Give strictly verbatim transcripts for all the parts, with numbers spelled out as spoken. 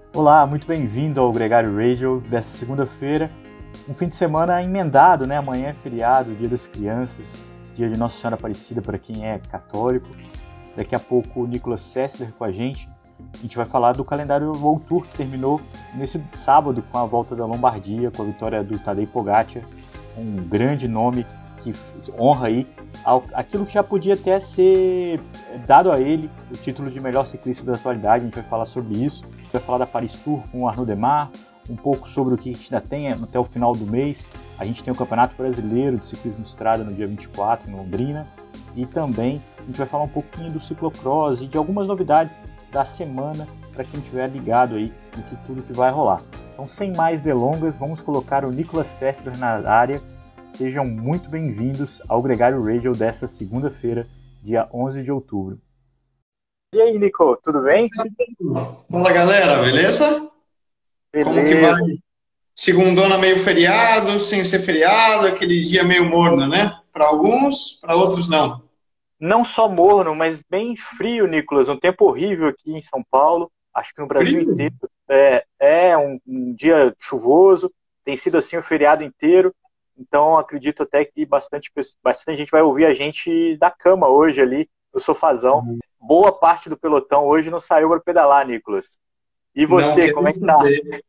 Olá, muito bem-vindo ao Gregário Radio dessa segunda-feira. Um fim de semana emendado, né? Amanhã é feriado, Dia das Crianças, Dia de Nossa Senhora Aparecida para quem é católico. Daqui a pouco o Nicolas Sessler com a gente. A gente vai falar do calendário World Tour que terminou nesse sábado com a volta da Lombardia, com a vitória do Tadej Pogačar, um grande nome que honra aí aquilo que já podia até ser dado a ele, o título de melhor ciclista da atualidade. A gente vai falar sobre isso, a gente vai falar da Paris Tour com o Arnaud Démare, um pouco sobre o que a gente ainda tem até o final do mês. A gente tem o Campeonato Brasileiro de Ciclismo de Estrada no dia vinte e quatro em Londrina, e também a gente vai falar um pouquinho do ciclocross e de algumas novidades da semana para quem estiver ligado aí no que tudo que vai rolar. Então, sem mais delongas, vamos colocar o Nicolas Sessler na área. Sejam muito bem-vindos ao Gregário Radio dessa segunda-feira, dia onze de outubro. E aí, Nico, tudo bem? Fala, galera, beleza? Beleza. Como que vai? Segundona meio feriado, sem ser feriado, aquele dia meio morno, né? Para alguns, para outros não. Não só morno, mas bem frio, Nicolas. Um tempo horrível aqui em São Paulo. Acho que no Brasil Frio? inteiro. É, é um, um dia chuvoso. Tem sido assim o feriado inteiro. Então, acredito até que bastante, bastante gente vai ouvir a gente da cama hoje ali, no sofazão. Boa parte do pelotão hoje não saiu para pedalar, Nicolas. E você, Não como é que tá? saber.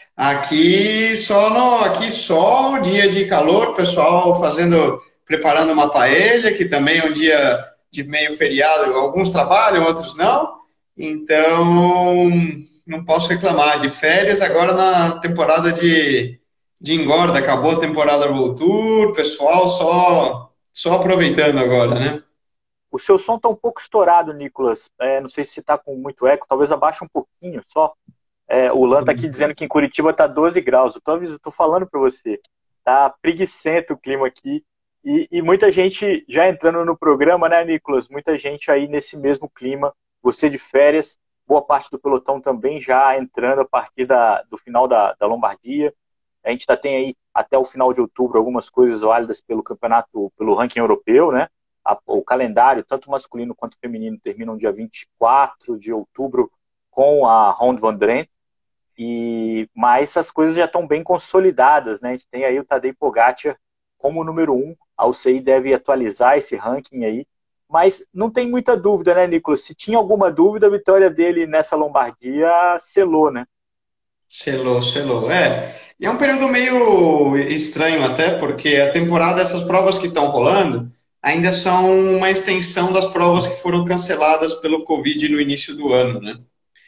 Aqui só no, aqui só o dia de calor, pessoal fazendo, preparando uma paella, que também é um dia de meio feriado. Alguns trabalham, outros não. Então, não posso reclamar. De férias agora na temporada de de engorda, acabou a temporada World Tour, pessoal só, só aproveitando agora, né? O seu som tá um pouco estourado, Nicolas. É, não sei se está com muito eco, talvez abaixe um pouquinho só. É, o Lan tá aqui dizendo que em Curitiba tá doze graus. Eu tô, tô falando para você. Tá preguiçento o clima aqui. E, e muita gente já entrando no programa, né, Nicolas? Muita gente aí nesse mesmo clima. Você de férias, boa parte do pelotão também já entrando a partir da, do final da, da Lombardia. A gente ainda tem aí até o final de outubro algumas coisas válidas pelo campeonato, pelo ranking europeu, né? A, o calendário, tanto masculino quanto feminino, termina no dia vinte e quatro de outubro com a Ronde van Drenthe. E, mas essas coisas já estão bem consolidadas, né? A gente tem aí o Tadej Pogačar como número um. A U C I deve atualizar esse ranking aí. Mas não tem muita dúvida, né, Nicolas? Se tinha alguma dúvida, a vitória dele nessa Lombardia selou, né? Selou, selou. É, e é um período meio estranho até, porque a temporada, essas provas que estão rolando, ainda são uma extensão das provas que foram canceladas pelo Covid no início do ano, né?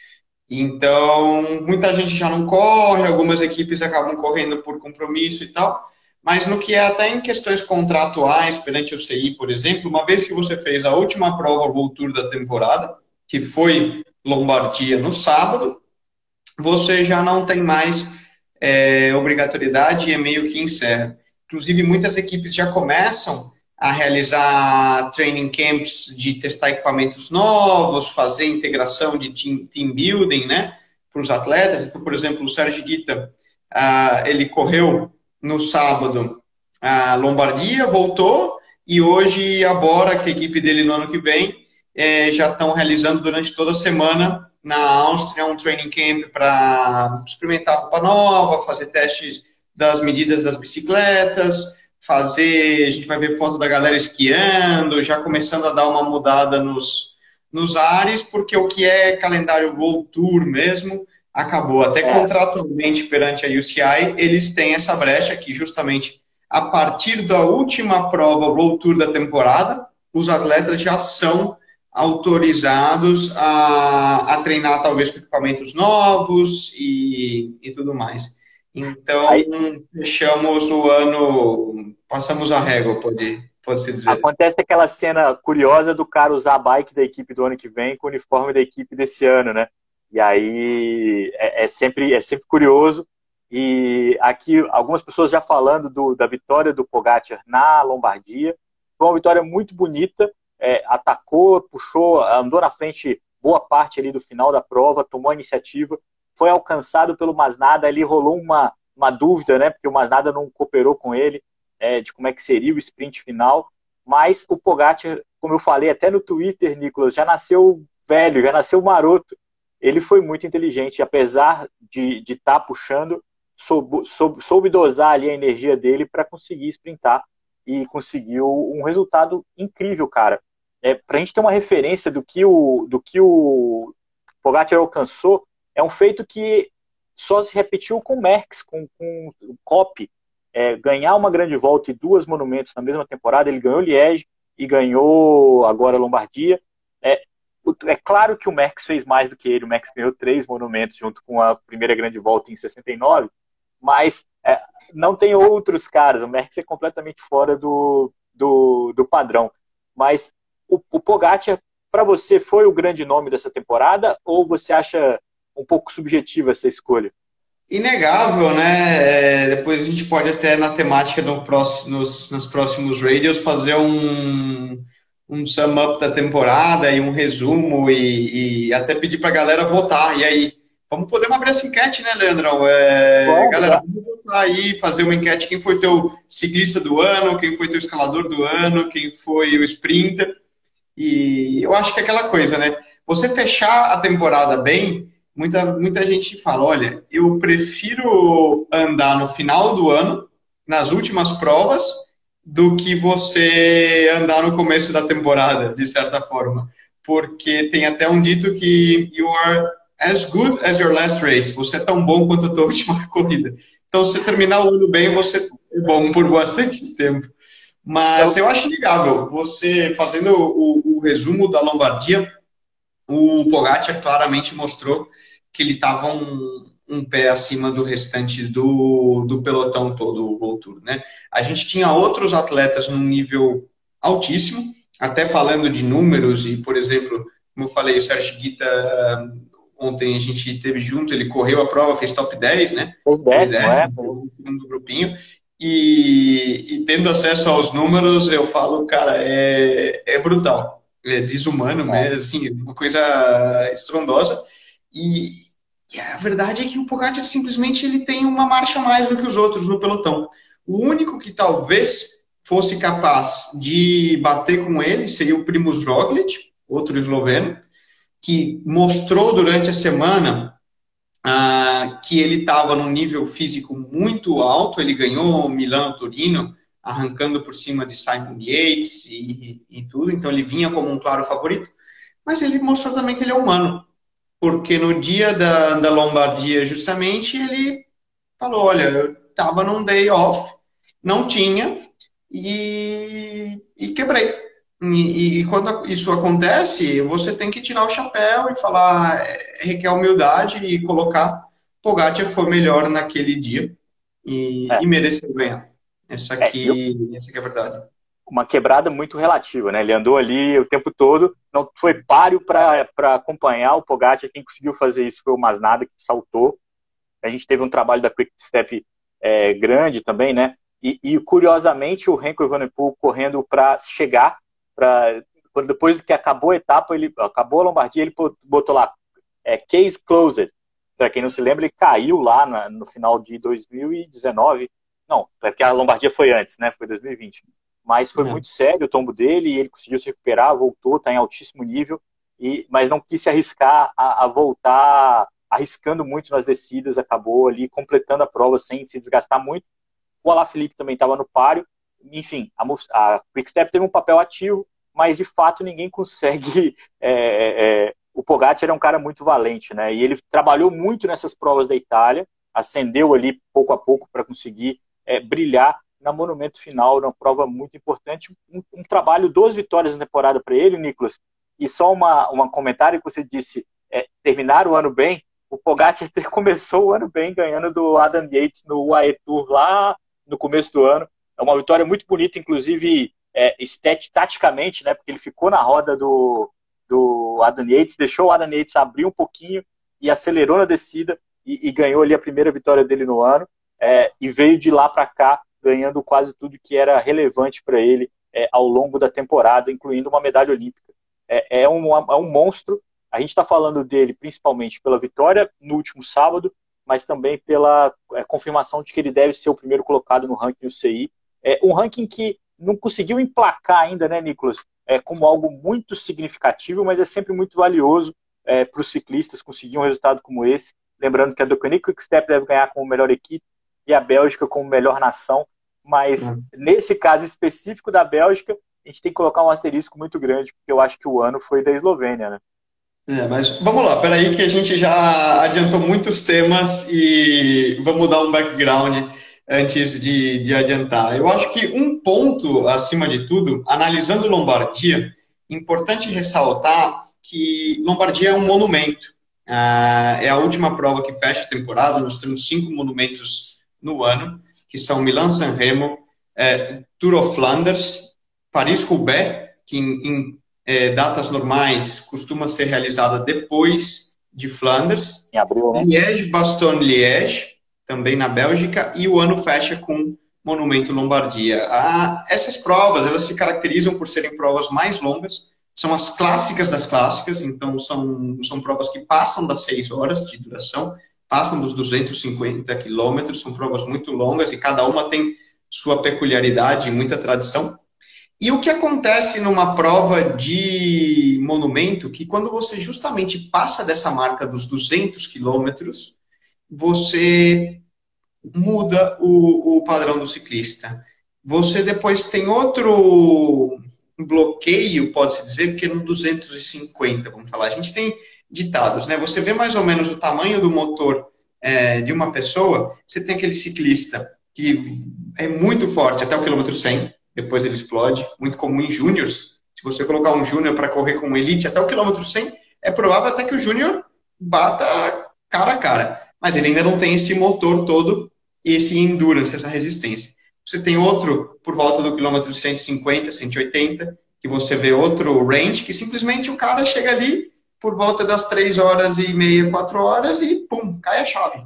Então, muita gente já não corre, algumas equipes acabam correndo por compromisso e tal, mas no que é até em questões contratuais, perante o C I, por exemplo, uma vez que você fez a última prova World Tour da temporada, que foi Lombardia no sábado, você já não tem mais é, obrigatoriedade e é meio que encerra. Inclusive, muitas equipes já começam a realizar training camps de testar equipamentos novos, fazer integração de team, team building, né, para os atletas. Então, por exemplo, o Sérgio Guita, ah, ele correu no sábado a Lombardia, voltou, e hoje a Bora, que é a equipe dele no ano que vem, é, já estão realizando durante toda a semana na Áustria um training camp para experimentar roupa nova, fazer testes das medidas das bicicletas, fazer, a gente vai ver foto da galera esquiando, já começando a dar uma mudada nos, nos ares, porque o que é calendário World Tour mesmo acabou. Até É. contratualmente perante a U C I, eles têm essa brecha que justamente a partir da última prova World Tour da temporada, os atletas já são autorizados a, a treinar talvez com equipamentos novos e, e tudo mais. Então, Aí, fechamos o ano, passamos a régua, pode, pode-se dizer. acontece aquela cena curiosa do cara usar a bike da equipe do ano que vem com o uniforme da equipe desse ano, né? E aí é, é sempre, é sempre curioso. E aqui algumas pessoas já falando do, da vitória do Pogačar na Lombardia. Foi uma vitória muito bonita. É, atacou, puxou, andou na frente boa parte ali do final da prova, tomou a iniciativa. Foi alcançado pelo Masnada. Ali rolou uma, uma dúvida, né? Porque o Masnada não cooperou com ele. É, de como é que seria o sprint final, mas o Pogačar, como eu falei até no Twitter, Nicolas, já nasceu velho, já nasceu maroto, ele foi muito inteligente, apesar de estar tá puxando, soube, soube, soube dosar ali a energia dele para conseguir sprintar e conseguiu um resultado incrível, cara. É, para a gente ter uma referência do que o, do que o Pogacar alcançou, é um feito que só se repetiu com o Merckx, com, com o Coppi. É, ganhar uma grande volta e duas monumentos na mesma temporada, ele ganhou Liège e ganhou agora Lombardia. É, é claro que o Merckx fez mais do que ele, o Merckx ganhou três monumentos junto com a primeira grande volta em sessenta e nove, mas é, não tem outros caras, o Merckx é completamente fora do, do, do padrão. Mas o, o Pogacar, para você, foi o grande nome dessa temporada ou você acha um pouco subjetiva essa escolha? Inegável, né? É, depois a gente pode até na temática no próximo, nos, nos próximos radios fazer um, um sum up da temporada e um resumo e, e até pedir para a galera votar. E aí, vamos poder abrir essa enquete, né, Leandrão? É, Vamos, galera, já. vamos votar aí, fazer uma enquete. Quem foi teu ciclista do ano? Quem foi teu escalador do ano? Quem foi o sprinter? E eu acho que é aquela coisa, né? Você fechar a temporada bem. Muita, muita gente fala, olha, eu prefiro andar no final do ano, nas últimas provas, do que você andar no começo da temporada, de certa forma. Porque tem até um dito que you are as good as your last race. Você é tão bom quanto a tua última corrida. Então, se você terminar o ano bem, você é bom por bastante tempo. Mas eu acho inegável. Você, fazendo o, o resumo da Lombardia, o Pogacar claramente mostrou que ele estava um, um pé acima do restante do, do pelotão todo, o World Tour, né? A gente tinha outros atletas num nível altíssimo, até falando de números, e, por exemplo, como eu falei, o Sérgio Guita, ontem a gente teve junto, ele correu a prova, fez top dez, né? Fez Fez décimo, é. décimo, no segundo grupinho, e, e tendo acesso aos números, eu falo, cara, é, é brutal. É desumano mesmo, assim, uma coisa estrondosa. E, e a verdade é que o Pogacar simplesmente ele tem uma marcha a mais do que os outros no pelotão. O único que talvez fosse capaz de bater com ele seria o Primož Roglic, outro esloveno, que mostrou durante a semana ah, que ele estava num nível físico muito alto. Ele ganhou Milano-Torino, arrancando por cima de Simon Yates e, e tudo, então ele vinha como um claro favorito, mas ele mostrou também que ele é humano, porque no dia da, da Lombardia, justamente, ele falou, olha, eu estava num day off, não tinha, e, e quebrei. E, e quando isso acontece, você tem que tirar o chapéu e falar, é, requer humildade e colocar, Pogacar foi melhor naquele dia e, É, e mereceu ganhar. Essa é, e aqui, essa aqui é a verdade. uma quebrada muito relativa, né? Ele andou ali o tempo todo, não foi páreo para acompanhar o Pogacar. Quem conseguiu fazer isso foi o Masnada, que saltou. A gente teve um trabalho da Quick Step é, grande também, né? E, e curiosamente o Remco Evenepoel correndo para chegar, para depois que acabou a etapa, ele acabou a Lombardia, ele botou lá é, case closed. Para quem não se lembra, ele caiu lá na, no final de dois mil e dezenove. Não, porque a Lombardia foi antes, né? Foi dois mil e vinte. Mas foi É. muito sério o tombo dele e ele conseguiu se recuperar, voltou, está em altíssimo nível, e, mas não quis se arriscar a, a voltar arriscando muito nas descidas, acabou ali completando a prova sem se desgastar muito. O Alaphilippe também estava no páreo. Enfim, a, a Quick-Step teve um papel ativo, mas de fato ninguém consegue... É, é, o Pogacar era um cara muito valente, né? E ele trabalhou muito nessas provas da Itália, ascendeu ali pouco a pouco para conseguir é, brilhar na Monumento Final, uma prova muito importante. Um, um trabalho, duas vitórias na temporada para ele, Nicolas. E só uma, uma comentário que você disse, é, terminar o ano bem. O Pogacar começou o ano bem, ganhando do Adam Yates no U A E Tour lá no começo do ano. É uma vitória muito bonita, inclusive é, estética, taticamente, né? Porque ele ficou na roda do, do Adam Yates, deixou o Adam Yates abrir um pouquinho e acelerou na descida e, e ganhou ali a primeira vitória dele no ano. É, e veio de lá para cá ganhando quase tudo que era relevante para ele é, ao longo da temporada, incluindo uma medalha olímpica. É, é, um, é um monstro. A gente está falando dele principalmente pela vitória no último sábado, mas também pela é, confirmação de que ele deve ser o primeiro colocado no ranking U C I. É, um ranking que não conseguiu emplacar ainda, né, Nicolas, é, como algo muito significativo, mas é sempre muito valioso. é, para os ciclistas conseguir um resultado como esse. Lembrando que a Deceuninck Quick-Step deve ganhar como melhor equipe e a Bélgica como melhor nação. Mas Hum. nesse caso específico da Bélgica, a gente tem que colocar um asterisco muito grande, porque eu acho que o ano foi da Eslovênia, né? É, mas vamos lá, peraí que a gente já adiantou muitos temas e vamos dar um background antes de, de adiantar. Eu acho que um ponto, acima de tudo, analisando Lombardia, importante ressaltar que Lombardia é um monumento. Ah, é a última prova que fecha a temporada, nós temos cinco monumentos no ano, que são Milan-San Remo, eh, Tour of Flanders, Paris-Roubaix, que em, em É, datas normais costuma ser realizada depois de Flanders, Em abril, né? Liège-Bastogne-Liège, também na Bélgica, e o ano fecha com Monumento Lombardia. Ah, essas provas, elas se caracterizam por serem provas mais longas, são as clássicas das clássicas, então são, são provas que passam das seis horas de duração, passam dos duzentos e cinquenta quilômetros, são provas muito longas e cada uma tem sua peculiaridade e muita tradição. E o que acontece numa prova de monumento, que quando você justamente passa dessa marca dos duzentos quilômetros, você muda o, o padrão do ciclista. Você depois tem outro bloqueio, pode-se dizer, que é no duzentos e cinquenta, vamos falar. A gente tem ditados, né? Você vê mais ou menos o tamanho do motor é, de uma pessoa, você tem aquele ciclista que é muito forte até o quilômetro cem, depois ele explode, muito comum em júniors. Se você colocar um júnior para correr com um elite até o quilômetro cem, é provável até que o júnior bata cara a cara. Mas ele ainda não tem esse motor todo, esse endurance, essa resistência. Você tem outro por volta do quilômetro cento e cinquenta, cento e oitenta, que você vê outro range, que simplesmente o cara chega ali por volta das três horas e meia, quatro horas e pum, cai a chave.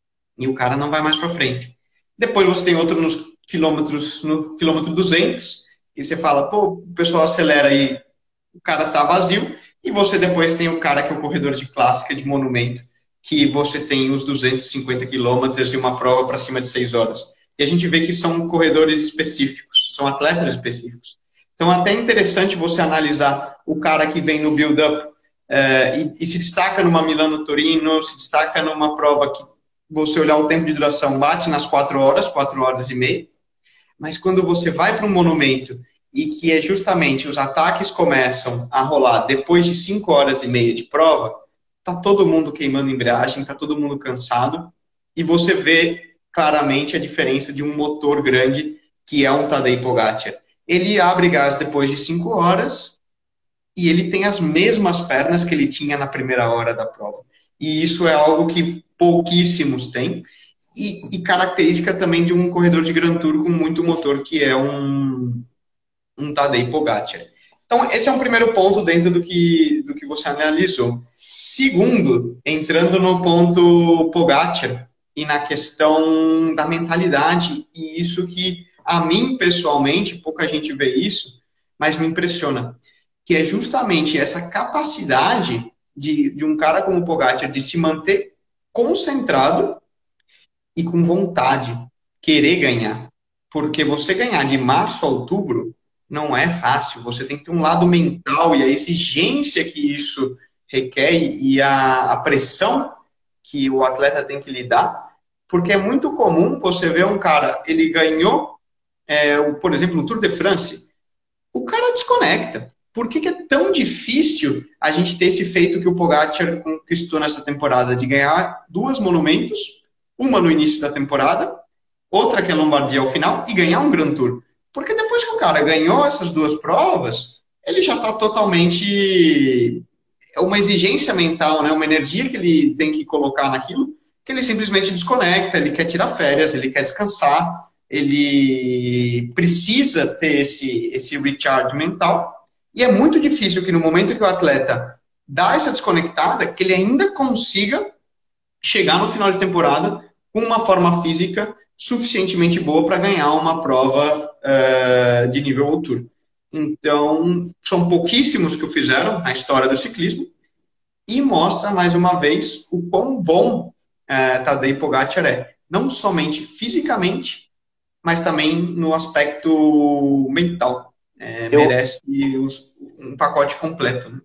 E o cara não vai mais para frente. Depois você tem outro nos quilômetros, no quilômetro duzentos, e você fala, pô, o pessoal acelera aí, o cara tá vazio, e você depois tem o cara que é o corredor de clássica, de monumento, que você tem os duzentos e cinquenta quilômetros e uma prova para cima de seis horas. E a gente vê que são corredores específicos, são atletas específicos. Então, até é interessante você analisar o cara que vem no build-up eh, e, e se destaca numa Milano-Torino, se destaca numa prova que você olhar o tempo de duração, bate nas quatro horas, quatro horas e meia, mas quando você vai para um monumento e que é justamente os ataques começam a rolar depois de cinco horas e meia de prova, tá todo mundo queimando embreagem, tá todo mundo cansado, e você vê claramente a diferença de um motor grande, que é um Tadej Pogačar. Ele abre gás depois de cinco horas e ele tem as mesmas pernas que ele tinha na primeira hora da prova. E isso é algo que pouquíssimos têm. E, e característica também de um corredor de Grand Tour com muito motor, que é um, um Tadej Pogačar. Então, esse é um primeiro ponto dentro do que, do que você analisou. Segundo, entrando no ponto Pogačar e na questão da mentalidade, e isso que a mim, pessoalmente, pouca gente vê isso, mas me impressiona, que é justamente essa capacidade de, de um cara como o Pogačar de se manter concentrado e com vontade, querer ganhar. Porque você ganhar de março a outubro não é fácil. Você tem que ter um lado mental e a exigência que isso requer e a, a pressão que o atleta tem que lidar. Porque é muito comum você ver um cara, ele ganhou, é, o, por exemplo, no Tour de France, o cara desconecta. Por que, que é tão difícil a gente ter esse feito que o Pogačar conquistou nessa temporada, de ganhar duas monumentos, uma no início da temporada, outra que é Lombardia ao final, e ganhar um Grand Tour? Porque depois que o cara ganhou essas duas provas, ele já está totalmente... É uma exigência mental, né? Uma energia que ele tem que colocar naquilo, que ele simplesmente desconecta, ele quer tirar férias, ele quer descansar, ele precisa ter esse, esse recharge mental. E é muito difícil que no momento que o atleta dá essa desconectada, que ele ainda consiga chegar no final de temporada com uma forma física suficientemente boa para ganhar uma prova uh, de nível World Tour. Então, são pouquíssimos que o fizeram na história do ciclismo e mostra, mais uma vez, o quão bom uh, Tadej Pogačar é. Não somente fisicamente, mas também no aspecto mental. É, Eu, merece os, um pacote completo. Né?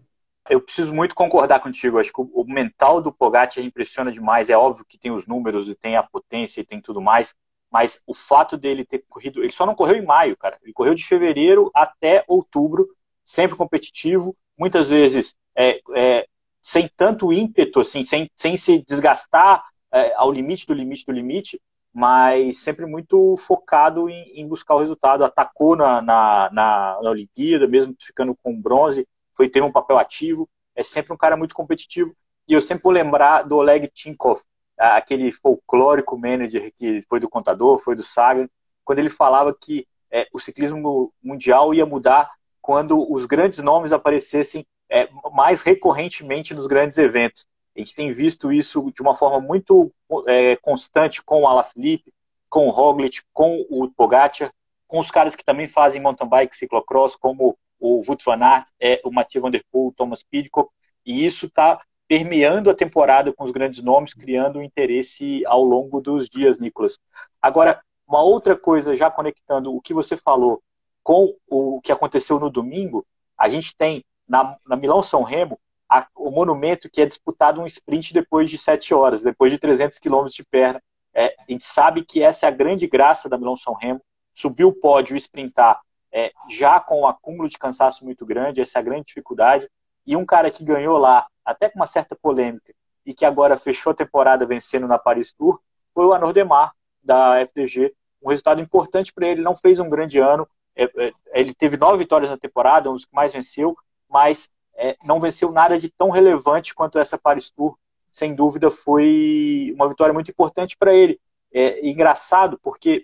Eu preciso muito concordar contigo. Acho que o, o mental do Pogacar impressiona demais. É óbvio que tem os números e tem a potência e tem tudo mais, mas o fato dele ter corrido... Ele só não correu em maio, cara. Ele correu de fevereiro até outubro, sempre competitivo, muitas vezes é, é, sem tanto ímpeto, assim, sem, sem se desgastar é, ao limite do limite do limite, mas sempre muito focado em, em buscar o resultado. Atacou na, na, na, na Olimpíada, mesmo ficando com bronze, foi ter um papel ativo, é sempre um cara muito competitivo. E eu sempre vou lembrar do Oleg Tinkov, aquele folclórico manager que foi do Contador, foi do Sagan, quando ele falava que é, o ciclismo mundial ia mudar quando os grandes nomes aparecessem é, mais recorrentemente nos grandes eventos. A gente tem visto isso de uma forma muito é, constante com o Alaphilippe, com o Roglic, com o Pogacar, com os caras que também fazem mountain bike, ciclocross, como o Wout van Aert, é, o Mathieu Van Der Poel, o Thomas Pidcock, e isso está permeando a temporada com os grandes nomes, criando um interesse ao longo dos dias, Nicolas. Agora, uma outra coisa, já conectando o que você falou com o que aconteceu no domingo, a gente tem na, na Milão-São Remo a, o monumento que é disputado um sprint depois de sete horas, depois de trezentos quilômetros de perna. É, a gente sabe que essa é a grande graça da Milão-São Remo, subir o pódio e sprintar é, já com um acúmulo de cansaço muito grande, essa é a grande dificuldade. E um cara que ganhou lá, até com uma certa polêmica, e que agora fechou a temporada vencendo na Paris Tour, foi o Arnaud Démare, da F D G. Um resultado importante para ele, não fez um grande ano, é, é, ele teve nove vitórias na temporada, um dos que mais venceu, mas é, não venceu nada de tão relevante quanto essa Paris Tour. Sem dúvida foi uma vitória muito importante para ele. É engraçado porque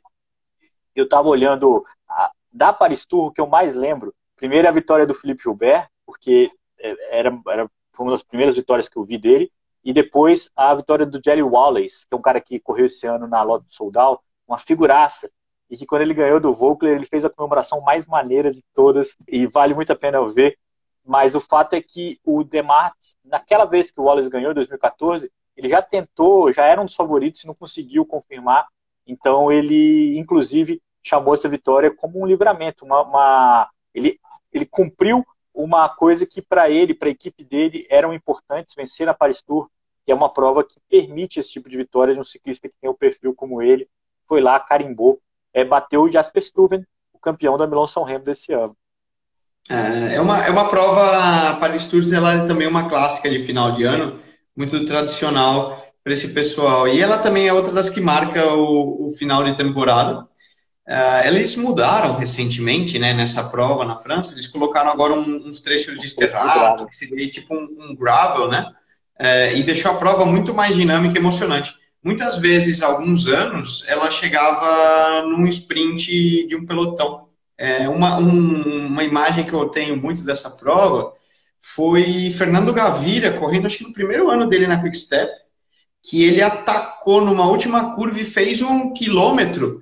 eu estava olhando a, da Paris Tour, o que eu mais lembro, primeiro a vitória do Philippe Gilbert, porque era, era, foi uma das primeiras vitórias que eu vi dele, e depois a vitória do Jelly Wallace, que é um cara que correu esse ano na Lotto Soudal, uma figuraça, e que quando ele ganhou do Volkler, ele fez a comemoração mais maneira de todas, e vale muito a pena eu ver, mas o fato é que o Démare, naquela vez que o Wallace ganhou, em dois mil e quatorze, ele já tentou, já era um dos favoritos e não conseguiu confirmar, então ele, inclusive, chamou essa vitória como um livramento, uma, uma... Ele, ele cumpriu uma coisa que para ele, para a equipe dele, eram importantes, vencer na Paris Tour, que é uma prova que permite esse tipo de vitória de um ciclista que tem o perfil como ele, foi lá, carimbou, é, bateu o Jasper Stuyven, o campeão da Milão-São Remo desse ano. É uma, é uma prova, a Paris Tours, ela é também uma clássica de final de ano, muito tradicional para esse pessoal. E ela também é outra das que marca o, o final de temporada. Uh, eles mudaram recentemente, né, nessa prova na França, eles colocaram agora um, uns trechos de esterrato, que seria tipo um, um gravel, né, uh, e deixou a prova muito mais dinâmica e emocionante. Muitas vezes, há alguns anos, ela chegava num sprint de um pelotão. É, uma, um, uma imagem que eu tenho muito dessa prova foi Fernando Gaviria correndo, acho que no primeiro ano dele na Quick Step, que ele atacou numa última curva e fez um quilômetro,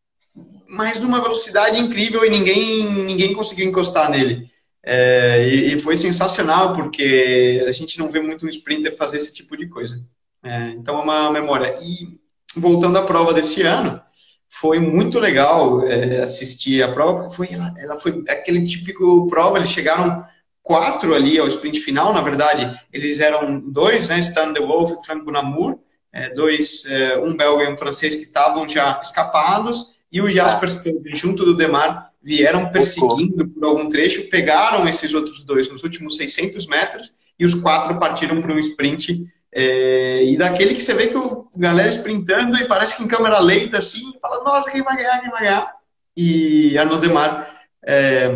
mas numa velocidade incrível e ninguém, ninguém conseguiu encostar nele. É, e, e foi sensacional, porque a gente não vê muito um sprinter fazer esse tipo de coisa. É, então é uma memória. E voltando à prova desse ano, foi muito legal é, assistir a prova, porque foi, ela, ela foi aquele típico prova, eles chegaram quatro ali ao sprint final, na verdade, eles eram dois, né, Stan de Wolf e Frank Bonamour, é, dois, é, um belga e um francês que estavam já escapados, e o Jasper Stuyven, junto do Démare, vieram perseguindo por algum trecho, pegaram esses outros dois nos últimos seiscentos metros, e os quatro partiram para um sprint, é, e daquele que você vê que o galera sprintando, e parece que em câmera lenta, assim, fala, nossa, quem vai ganhar, quem vai ganhar? E Arnaud Démare é,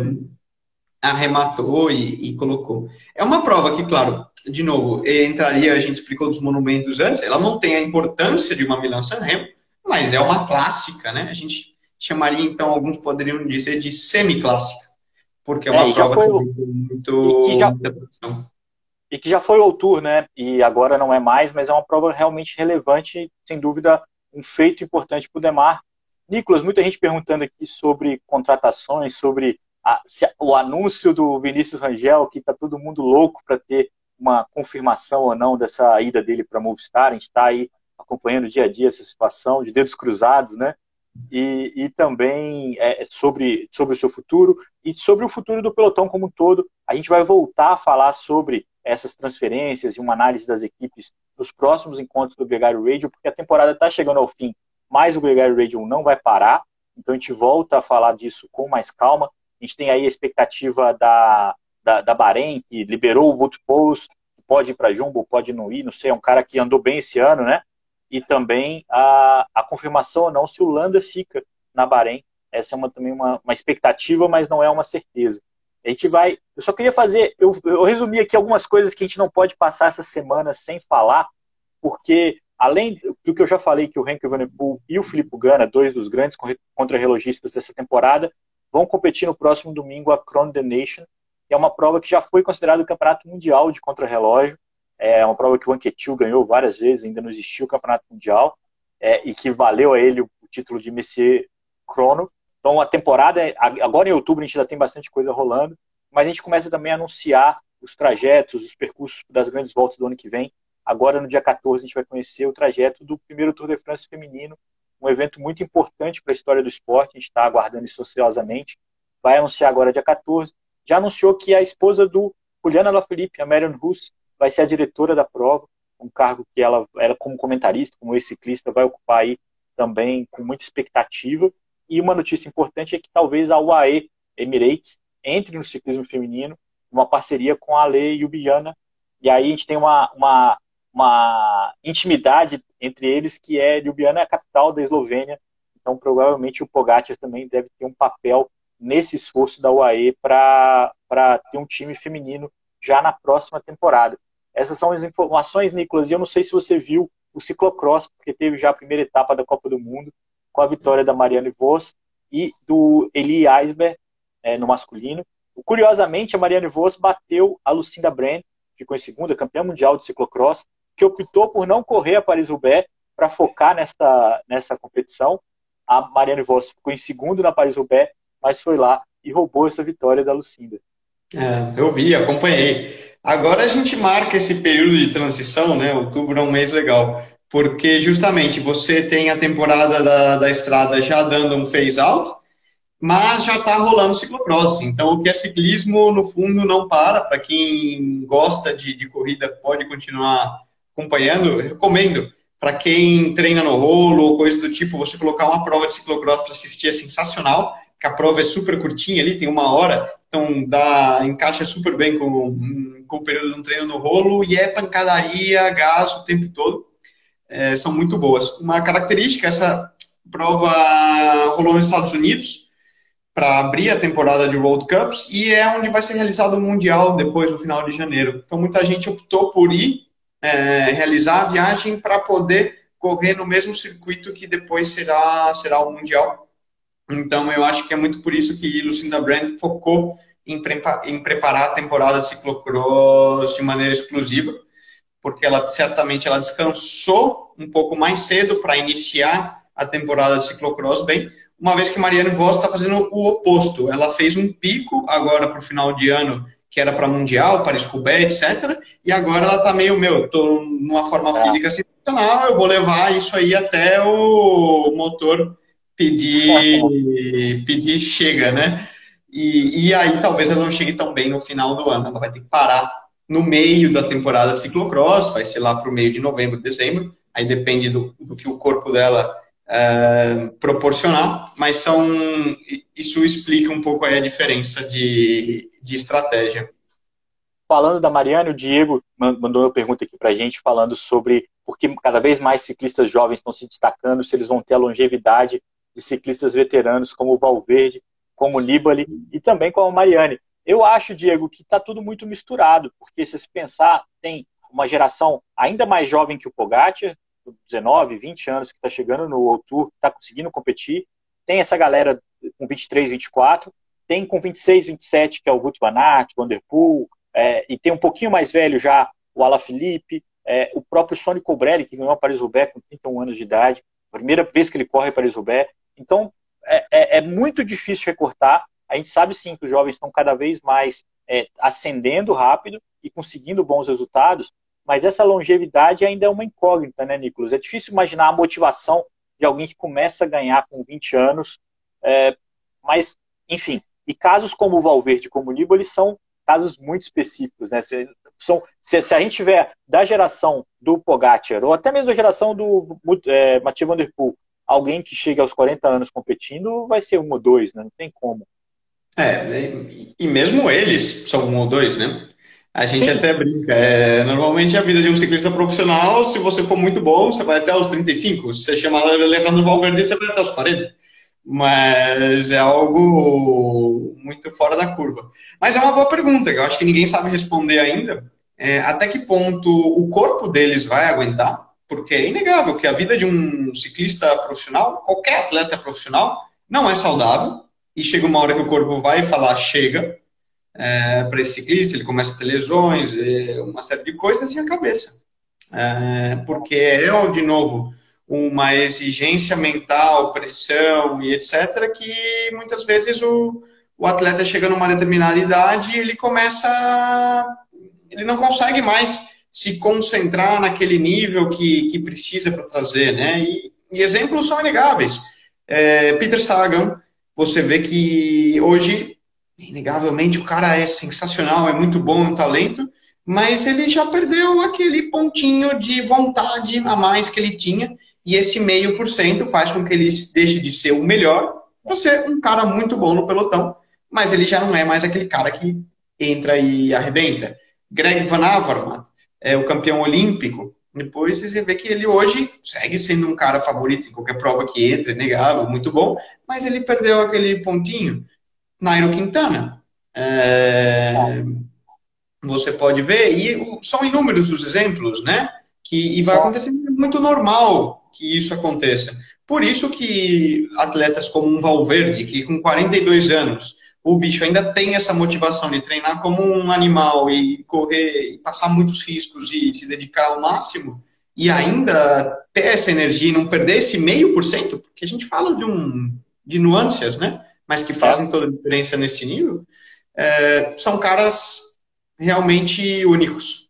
arrematou e, e colocou. É uma prova que, claro, de novo, entraria, a gente explicou dos monumentos antes, ela não tem a importância de uma Milão-San Remo, mas é uma clássica, né? A gente chamaria, então, alguns poderiam dizer de semi-clássica, porque é uma é, prova foi, que tem muito, que já, muita tradição. E que já foi o Tour, né? E agora não é mais, mas é uma prova realmente relevante, sem dúvida, um feito importante para o Démare. Nicolas, muita gente perguntando aqui sobre contratações, sobre a, se, o anúncio do Vinícius Rangel, que está todo mundo louco para ter uma confirmação ou não dessa ida dele para a Movistar. A gente está aí acompanhando dia a dia essa situação, de dedos cruzados, né? E, e também é, sobre, sobre o seu futuro e sobre o futuro do pelotão como um todo. A gente vai voltar a falar sobre essas transferências e uma análise das equipes nos próximos encontros do Gregário Radio, porque a temporada está chegando ao fim, mas o Gregário Radio não vai parar, então a gente volta a falar disso com mais calma. A gente tem aí a expectativa da, da, da Bahrein, que liberou o Wout Poels, pode ir para Jumbo, pode não ir, não sei, é um cara que andou bem esse ano, né? E também a, a confirmação ou não se o Landa fica na Bahrein. Essa é uma, também uma, uma expectativa, mas não é uma certeza. A gente vai... Eu só queria fazer... Eu, eu resumi aqui algumas coisas que a gente não pode passar essa semana sem falar, porque além do que eu já falei, que o Remco Evenepoel e o Filippo Ganna, dois dos grandes contrarrelogistas dessa temporada, vão competir no próximo domingo a Crown the Nation, que é uma prova que já foi considerada o campeonato mundial de contrarrelógio. É uma prova que o Anquetil ganhou várias vezes, ainda não existiu o campeonato mundial, é, e que valeu a ele o título de Messier Chrono. Então a temporada, agora em outubro a gente ainda tem bastante coisa rolando, mas a gente começa também a anunciar os trajetos, os percursos das grandes voltas do ano que vem. Agora no dia quatorze a gente vai conhecer o trajeto do primeiro Tour de France feminino, um evento muito importante para a história do esporte, a gente está aguardando isso ansiosamente. Vai anunciar agora dia quatorze. Já anunciou que a esposa do Juliana Alaphilippe, a Marion Rousse, vai ser a diretora da prova, um cargo que ela, ela como comentarista, como ex-ciclista, vai ocupar aí também com muita expectativa. E uma notícia importante é que talvez a U A E Emirates entre no ciclismo feminino, uma parceria com a Ale Ljubljana, e aí a gente tem uma, uma, uma intimidade entre eles, que é Ljubljana é a capital da Eslovênia, então provavelmente o Pogačar também deve ter um papel nesse esforço da U A E para ter um time feminino já na próxima temporada. Essas são as informações, Nicolas, e eu não sei se você viu o ciclocross, porque teve já a primeira etapa da Copa do Mundo, com a vitória da Marianne Vos e do Eli Iceberg é, no masculino. Curiosamente, a Marianne Vos bateu a Lucinda Brand, ficou em segunda, campeã mundial de ciclocross, que optou por não correr a Paris-Roubaix para focar nessa, nessa competição. A Marianne Vos ficou em segundo na Paris-Roubaix, mas foi lá e roubou essa vitória da Lucinda. É, eu vi, acompanhei. Agora a gente marca esse período de transição, né? Outubro é um mês legal, porque justamente você tem a temporada da, da estrada já dando um phase-out, mas já está rolando ciclocross. Então, o que é ciclismo, no fundo, não para. Para quem gosta de, de corrida, pode continuar acompanhando. Eu recomendo. Para quem treina no rolo ou coisa do tipo, você colocar uma prova de ciclocross para assistir é sensacional, porque a prova é super curtinha ali, tem uma hora, então dá, encaixa super bem com, com o período de um treino no rolo, e é pancadaria, gás o tempo todo. É, são muito boas. Uma característica, essa prova rolou nos Estados Unidos, para abrir a temporada de World Cups, e é onde vai ser realizado o Mundial depois, no final de janeiro. Então, muita gente optou por ir é, realizar a viagem para poder correr no mesmo circuito que depois será, será o Mundial. Então, eu acho que é muito por isso que Lucinda Brand focou em, prepa em preparar a temporada de ciclocross de maneira exclusiva, porque ela certamente ela descansou um pouco mais cedo para iniciar a temporada de ciclocross bem, uma vez que Marianne Vos está fazendo o oposto. Ela fez um pico agora para o final de ano, que era para Mundial, Paris-Roubaix, etcétera. E agora ela está meio, meu, estou numa forma física sensacional, eu vou levar isso aí até o motor pedir, pedir chega, né? E, e aí talvez ela não chegue tão bem no final do ano. Ela vai ter que parar no meio da temporada de ciclocross, vai ser lá para o meio de novembro, dezembro. Aí depende do, do que o corpo dela Uh, proporcionar, mas são, isso explica um pouco aí a diferença de, de estratégia. Falando da Marianne, o Diego mandou uma pergunta aqui pra gente falando sobre por que cada vez mais ciclistas jovens estão se destacando, se eles vão ter a longevidade de ciclistas veteranos como o Valverde, como o Nibali e também como a Marianne. Eu acho, Diego, que está tudo muito misturado, porque se você pensar, tem uma geração ainda mais jovem que o Pogačar, dezenove, vinte anos, que está chegando no World Tour, que está conseguindo competir. Tem essa galera com vinte e três, vinte e quatro. Tem com vinte e seis, vinte e sete, que é o Wout van Aert, o Van der Poel. É, e tem um pouquinho mais velho já o Alaphilippe. É, o próprio Sonny Colbrelli, que ganhou a Paris-Roubaix com trinta e um anos de idade. Primeira vez que ele corre Paris-Roubaix. Então, é, é, é muito difícil recortar. A gente sabe, sim, que os jovens estão cada vez mais é, ascendendo rápido e conseguindo bons resultados. Mas essa longevidade ainda é uma incógnita, né, Nicolas? É difícil imaginar a motivação de alguém que começa a ganhar com vinte anos. É, mas, enfim, e casos como o Valverde, como o Nibali, são casos muito específicos, né? são, se, se a gente tiver da geração do Pogacar, ou até mesmo da geração do é, Mathieu Van Der Poel, alguém que chega aos quarenta anos competindo, vai ser um ou dois, né? Não tem como. É, e, e mesmo eles são um ou dois, né? A gente Sim. até brinca. É, normalmente a vida de um ciclista profissional, se você for muito bom, você vai até os trinta e cinco. Se você chamar Alejandro Valverde, você vai até os quarenta. Mas é algo muito fora da curva. Mas é uma boa pergunta, que eu acho que ninguém sabe responder ainda. É, até que ponto o corpo deles vai aguentar? Porque é inegável que a vida de um ciclista profissional, qualquer atleta profissional, não é saudável. E chega uma hora que o corpo vai falar chega é, para esse ciclista, ele começa a ter lesões, é, uma série de coisas, e a cabeça. É, porque é, de novo, uma exigência mental, pressão e etcétera, que muitas vezes o, o atleta chega numa determinada idade e ele começa. Ele não consegue mais se concentrar naquele nível que, que precisa para trazer, né? E, e exemplos são inegáveis. É, Peter Sagan, você vê que hoje, inegavelmente, o cara é sensacional, é muito bom, é um talento, mas ele já perdeu aquele pontinho de vontade a mais que ele tinha, e esse meio por cento faz com que ele deixe de ser o melhor para ser um cara muito bom no pelotão, mas ele já não é mais aquele cara que entra e arrebenta. Greg Van Avermaet, é o campeão olímpico, depois você vê que ele hoje segue sendo um cara favorito em qualquer prova que entra, é negável, muito bom, mas ele perdeu aquele pontinho. Nairo Quintana, é, você pode ver, e são inúmeros os exemplos, né? Que, e vai acontecer, é muito normal que isso aconteça. Por isso que atletas como um Valverde, que com quarenta e dois anos, o bicho ainda tem essa motivação de treinar como um animal e correr, e passar muitos riscos e se dedicar ao máximo, e ainda ter essa energia e não perder esse meio por cento, porque a gente fala de, um, de nuances, né? Mas que fazem toda a diferença nesse nível, é, são caras realmente únicos.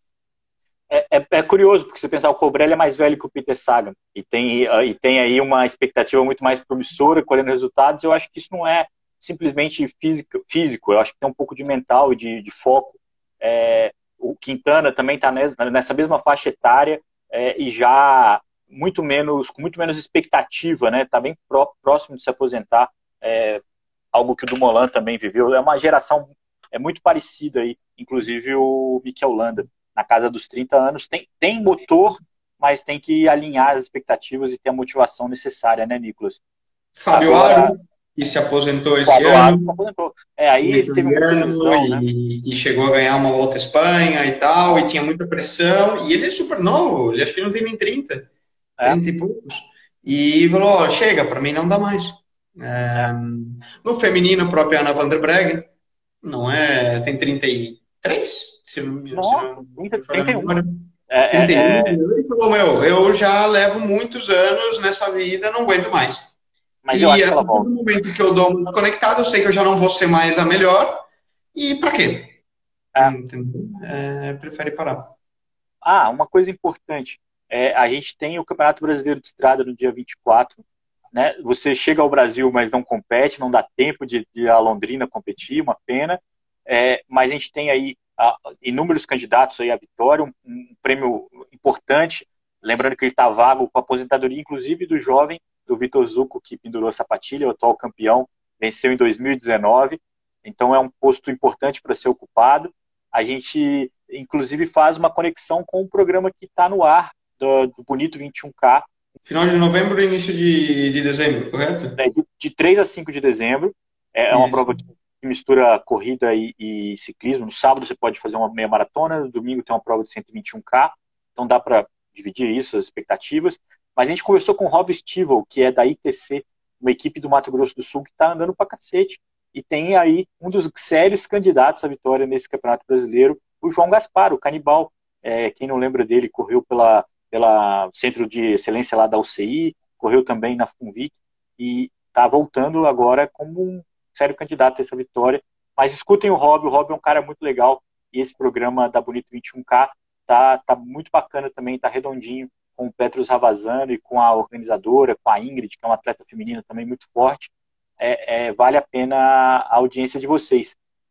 É, é, é curioso, porque você pensar, o Colbrelli é mais velho que o Peter Sagan, e tem, e tem aí uma expectativa muito mais promissora, colhendo resultados. Eu acho que isso não é simplesmente físico, físico, eu acho que tem um pouco de mental e de, de foco. É, o Quintana também está nessa, nessa mesma faixa etária, é, e já muito menos, com muito menos expectativa, né? Está bem pró, próximo de se aposentar, é, algo que o Dumoulin também viveu. É uma geração é muito parecida aí, inclusive o Mikel Landa, na casa dos trinta anos, tem, tem motor, mas tem que alinhar as expectativas e ter a motivação necessária, né, Nicolas? Fábio Agora, Aro, que se aposentou esse Fábio ano, Aro se aposentou. É, aí um ele teve muita italiano, lesão, né? e, e chegou a ganhar uma volta à Espanha e tal, e tinha muita pressão, e ele é super novo, ele acho que não tem nem trinta, É, trinta e poucos. E falou, ó, chega, para mim não dá mais. É, é. no feminino, a própria Ana van der Breggen, não é, tem trinta e três, se não, se Nossa, não trinta, me falha a trinta e um. memória. É, é, trinta e um, é, ele falou, meu, eu já levo muitos anos nessa vida, não aguento mais. mas eu E acho a que ela partir volta. do momento que eu dou uma desconectada, eu sei que eu já não vou ser mais a melhor, e pra quê? É. Entendeu? É, prefere parar. Ah, uma coisa importante, é, a gente tem o Campeonato Brasileiro de Estrada no dia vinte e quatro, né? Você chega ao Brasil, mas não compete, não dá tempo de, de ir a Londrina competir, uma pena. É, mas a gente tem aí a, inúmeros candidatos aí à vitória, um, um prêmio importante, lembrando que ele está vago com a aposentadoria, inclusive do jovem, do Vitor Zucco, que pendurou a sapatilha, o atual campeão, venceu em dois mil e dezenove, então é um posto importante para ser ocupado. A gente, inclusive, faz uma conexão com o programa que está no ar, do, do Bonito vinte e um K, Final de novembro e início de, de dezembro, correto? né, de, de três a cinco de dezembro. É, é uma Isso. prova que mistura corrida e, e ciclismo. No sábado você pode fazer uma meia maratona, no domingo tem uma prova de cento e vinte e um K, então dá para dividir isso, as expectativas. Mas a gente conversou com o Rob Stivel, que é da I T C, uma equipe do Mato Grosso do Sul que está andando para cacete, e tem aí um dos sérios candidatos à vitória nesse Campeonato Brasileiro, o João Gaspar, o canibal. É, quem não lembra dele, correu pela, pela Centro de Excelência lá da U C I, correu também na Funvic, e está voltando agora como um sério candidato a essa vitória. Mas escutem o Rob, o Rob é um cara muito legal, e esse programa da Bonito vinte e um K tá, tá muito bacana também, tá redondinho, com o Petros Ravazano e com a organizadora, com a Ingrid, que é uma atleta feminina também muito forte. É, é, vale a pena a audiência de vocês.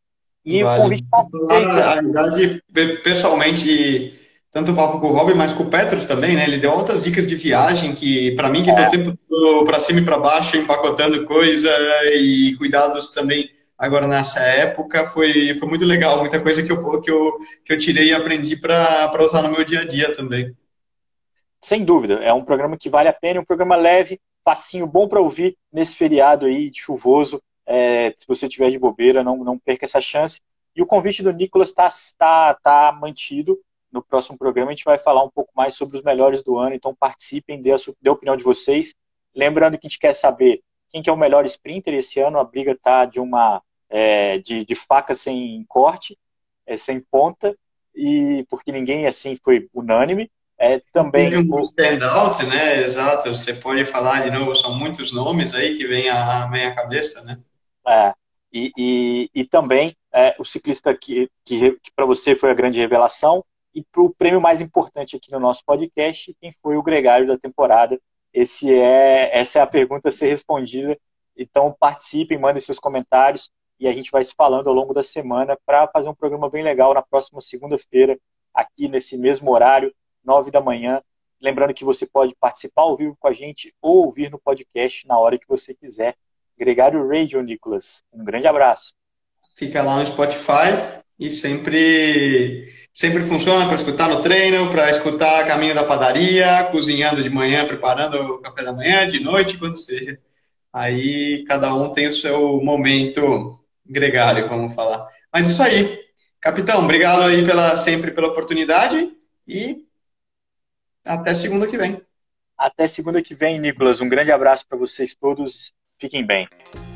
E o Vale. convite está aceito. Na verdade, pessoalmente, tanto o papo com o Rob, mas com o Petros também, né? Ele deu altas dicas de viagem que, para mim, que estou o tempo todo para cima e para baixo, empacotando coisa e cuidados também agora nessa época, foi, foi muito legal. Muita coisa que eu, que eu, que eu tirei e aprendi para usar no meu dia a dia também. Sem dúvida, é um programa que vale a pena, é um programa leve, facinho, bom para ouvir nesse feriado aí de chuvoso. É, se você tiver de bobeira, não, não perca essa chance. E o convite do Nicolas está tá, tá mantido. No próximo programa a gente vai falar um pouco mais sobre os melhores do ano, então participem, dê a, dê a opinião de vocês. Lembrando que a gente quer saber quem que é o melhor sprinter esse ano, a briga está de uma é, de, de faca sem corte, é, sem ponta, e porque ninguém assim foi unânime. É, também Teve um o, standout, né? Exato. Você pode falar de novo, são muitos nomes aí que vem à, vem à cabeça, né? é, e, e, e também é, o ciclista que, que, que para você foi a grande revelação, e para o prêmio mais importante aqui no nosso podcast, quem foi o gregário da temporada. Esse é, essa é a pergunta a ser respondida. Então participem, mandem seus comentários e a gente vai se falando ao longo da semana para fazer um programa bem legal na próxima segunda-feira, aqui nesse mesmo horário, nove da manhã. Lembrando que você pode participar ao vivo com a gente ou ouvir no podcast na hora que você quiser. Gregário Radio, Nicolas. Um grande abraço. Fica lá no Spotify e sempre, sempre funciona para escutar no treino, para escutar a caminho da padaria, cozinhando de manhã, preparando o café da manhã, de noite, quando seja. Aí cada um tem o seu momento gregário, vamos falar. Mas isso aí. Capitão, obrigado aí pela, sempre pela oportunidade e até segunda que vem. Até segunda que vem, Nicolas. Um grande abraço para vocês todos. Fiquem bem.